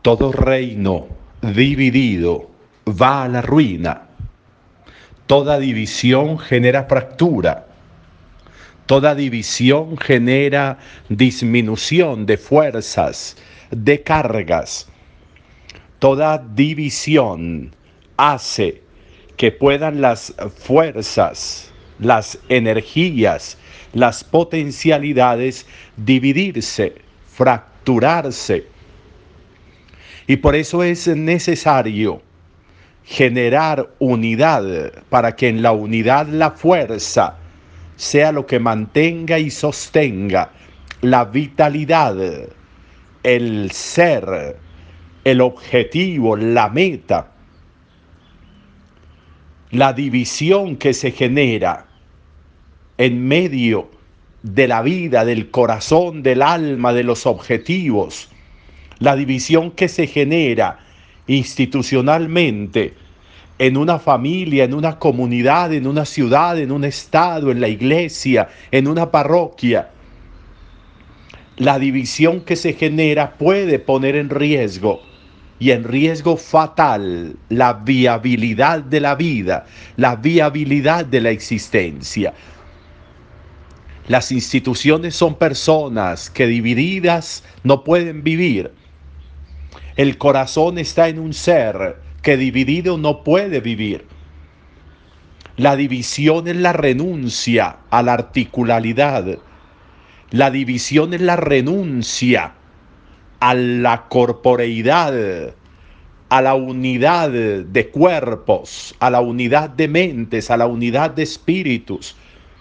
Todo reino dividido va a la ruina. Toda división genera fractura. Toda división genera disminución de fuerzas, de cargas. Toda división hace que puedan las fuerzas, las energías, las potencialidades dividirse, fracturarse. Y por eso es necesario generar unidad, para que en la unidad la fuerza sea lo que mantenga y sostenga la vitalidad, el ser, el objetivo, la meta. La división que se genera en medio de la vida, del corazón, del alma, de los objetivos, la división que se genera institucionalmente en una familia, en una comunidad, en una ciudad, en un estado, en la iglesia, en una parroquia. La división que se genera puede poner en riesgo, y en riesgo fatal, la viabilidad de la vida, la viabilidad de la existencia. Las instituciones son personas que divididas no pueden vivir. El corazón está en un ser que dividido no puede vivir. La división es la renuncia a la articularidad. La división es la renuncia a la corporeidad, a la unidad de cuerpos, a la unidad de mentes, a la unidad de espíritus.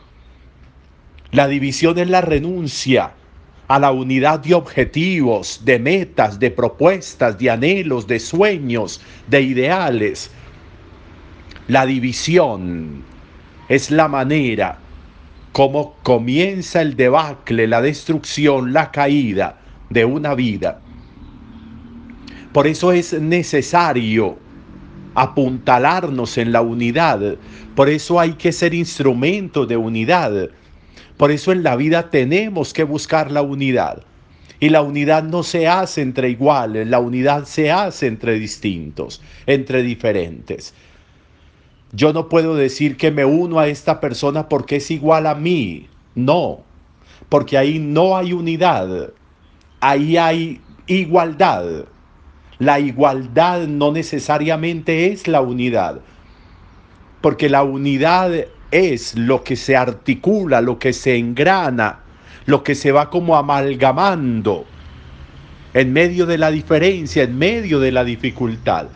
La división es la renuncia a la unidad de objetivos, de metas, de propuestas, de anhelos, de sueños, de ideales. La división es la manera como comienza el debacle, la destrucción, la caída de una vida. Por eso es necesario apuntalarnos en la unidad. Por eso hay que ser instrumento de unidad. Por eso en la vida tenemos que buscar la unidad. Y la unidad no se hace entre iguales, la unidad se hace entre distintos, entre diferentes. Yo no puedo decir que me uno a esta persona porque es igual a mí. No, porque ahí no hay unidad, ahí hay igualdad. La igualdad no necesariamente es la unidad, porque la unidad es lo que se articula, lo que se engrana, lo que se va como amalgamando en medio de la diferencia, en medio de la dificultad.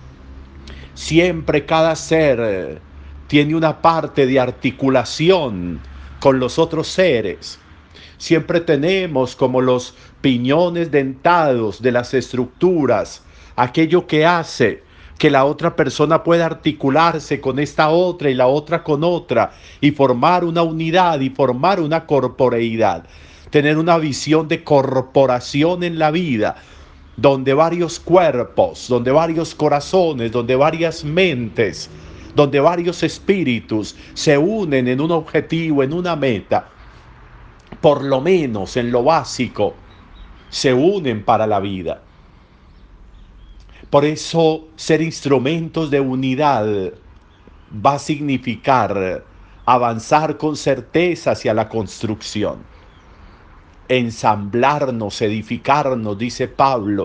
Siempre cada ser tiene una parte de articulación con los otros seres. Siempre tenemos como los piñones dentados de las estructuras, aquello que hace que la otra persona pueda articularse con esta otra y la otra con otra y formar una unidad y formar una corporeidad. Tener una visión de corporación en la vida, donde varios cuerpos, donde varios corazones, donde varias mentes, donde varios espíritus se unen en un objetivo, en una meta. Por lo menos en lo básico, se unen para la vida. Por eso ser instrumentos de unidad va a significar avanzar con certeza hacia la construcción. Ensamblarnos, edificarnos, dice Pablo.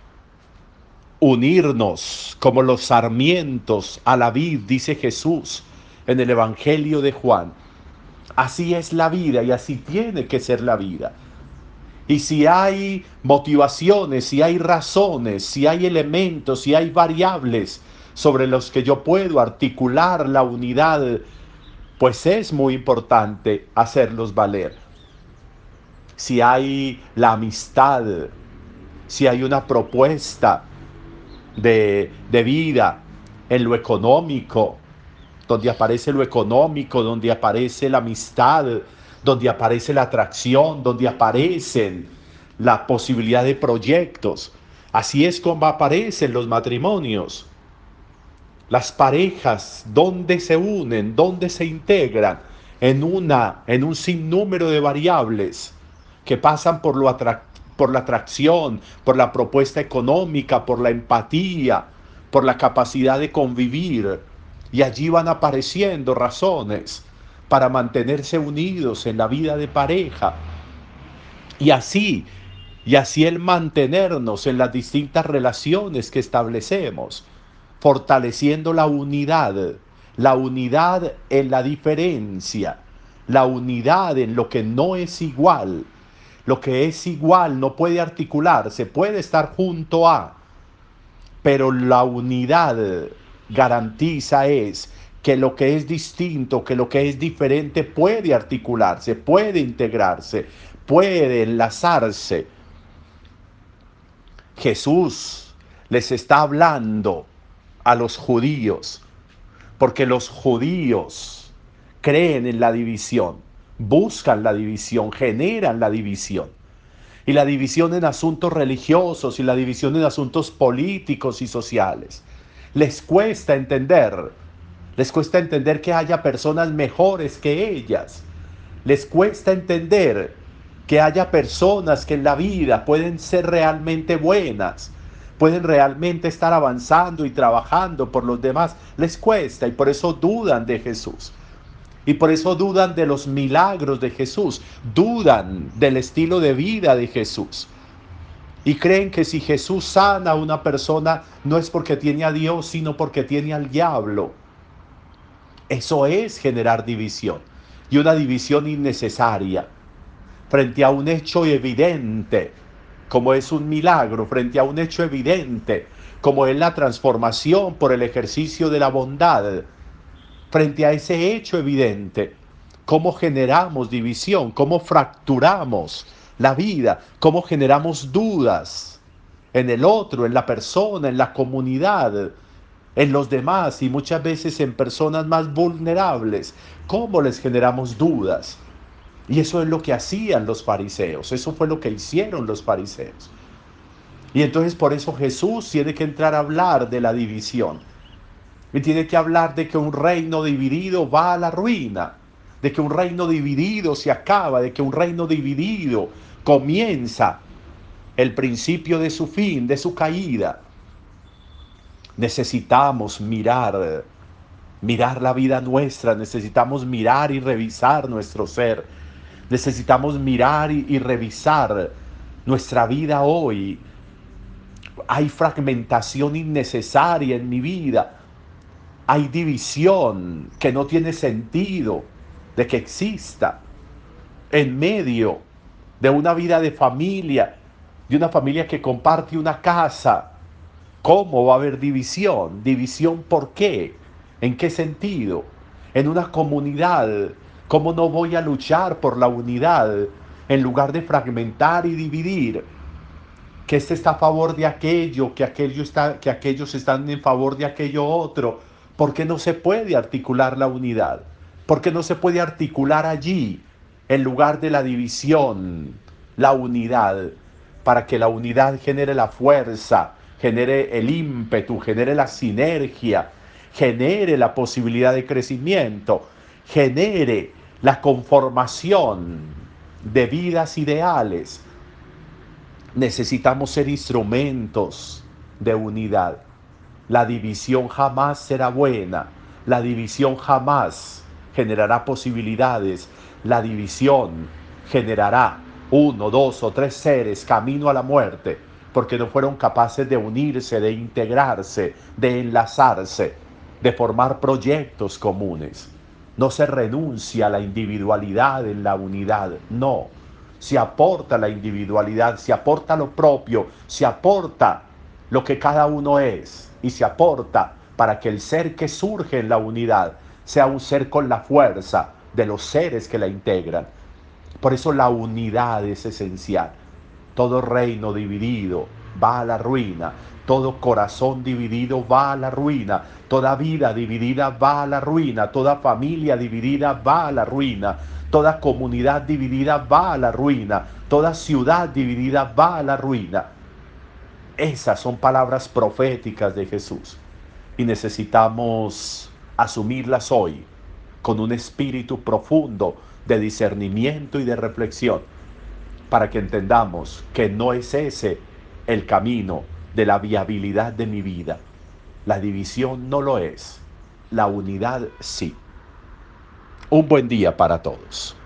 Unirnos como los sarmientos a la vid, dice Jesús en el Evangelio de Juan. Así es la vida y así tiene que ser la vida. Y si hay motivaciones, si hay razones, si hay elementos, si hay variables sobre los que yo puedo articular la unidad, pues es muy importante hacerlos valer. Si hay la amistad, si hay una propuesta de vida en lo económico, donde aparece lo económico, donde aparece la amistad, donde aparece la atracción, donde aparecen la posibilidad de proyectos. Así es como aparecen los matrimonios. Las parejas, donde se unen, donde se integran en un sinnúmero de variables que pasan por lo por la atracción, por la propuesta económica, por la empatía, por la capacidad de convivir. Y allí van apareciendo razones para mantenerse unidos en la vida de pareja. Y así, y así el mantenernos en las distintas relaciones que establecemos, fortaleciendo la unidad en la diferencia, la unidad en lo que no es igual. Lo que es igual no puede articularse, puede estar junto a, pero la unidad garantiza es que lo que es distinto, que lo que es diferente puede articularse, puede integrarse, puede enlazarse. Jesús les está hablando a los judíos, porque los judíos creen en la división, buscan la división, generan la división. Y la división en asuntos religiosos y la división en asuntos políticos y sociales. Les cuesta entender que haya personas mejores que ellas. Les cuesta entender que haya personas que en la vida pueden ser realmente buenas, pueden realmente estar avanzando y trabajando por los demás. Les cuesta y por eso dudan de Jesús. Y por eso dudan de los milagros de Jesús, dudan del estilo de vida de Jesús. Y creen que si Jesús sana a una persona no es porque tiene a Dios, sino porque tiene al diablo. Eso es generar división, y una división innecesaria. Frente a un hecho evidente, como es un milagro, frente a un hecho evidente, como es la transformación por el ejercicio de la bondad, frente a ese hecho evidente, cómo generamos división, cómo fracturamos la vida, cómo generamos dudas en el otro, en la persona, en la comunidad, en los demás y muchas veces en personas más vulnerables, cómo les generamos dudas. Y eso es lo que hacían los fariseos, eso fue lo que hicieron los fariseos. Y entonces por eso Jesús tiene que entrar a hablar de la división. Y tiene que hablar de que un reino dividido va a la ruina, de que un reino dividido se acaba, de que un reino dividido comienza el principio de su fin, de su caída. Necesitamos mirar la vida nuestra, necesitamos mirar y revisar nuestro ser, necesitamos mirar y revisar nuestra vida hoy. Hay fragmentación innecesaria en mi vida. Hay división que no tiene sentido de que exista en medio de una vida de familia, de una familia que comparte una casa. ¿Cómo va a haber división? ¿División por qué? ¿En qué sentido? En una comunidad, ¿cómo no voy a luchar por la unidad en lugar de fragmentar y dividir? Que este está a favor de aquello, que aquellos están en favor de aquello otro. ¿Por qué no se puede articular la unidad? ¿Por qué no se puede articular allí, en lugar de la división, la unidad? Para que la unidad genere la fuerza, genere el ímpetu, genere la sinergia, genere la posibilidad de crecimiento, genere la conformación de vidas ideales. Necesitamos ser instrumentos de unidad. La división jamás será buena. La división jamás generará posibilidades. La división generará 1, 2 o 3 seres camino a la muerte, porque no fueron capaces de unirse, de integrarse, de enlazarse, de formar proyectos comunes. No se renuncia a la individualidad en la unidad, no. Se aporta la individualidad, se aporta lo propio, se aporta lo que cada uno es y se aporta para que el ser que surge en la unidad sea un ser con la fuerza de los seres que la integran. Por eso la unidad es esencial. Todo reino dividido va a la ruina, todo corazón dividido va a la ruina, toda vida dividida va a la ruina, toda familia dividida va a la ruina, toda comunidad dividida va a la ruina, toda ciudad dividida va a la ruina. Esas son palabras proféticas de Jesús y necesitamos asumirlas hoy con un espíritu profundo de discernimiento y de reflexión. para que entendamos que no es ese el camino de la viabilidad de mi vida. La división no lo es, la unidad sí. Un buen día para todos.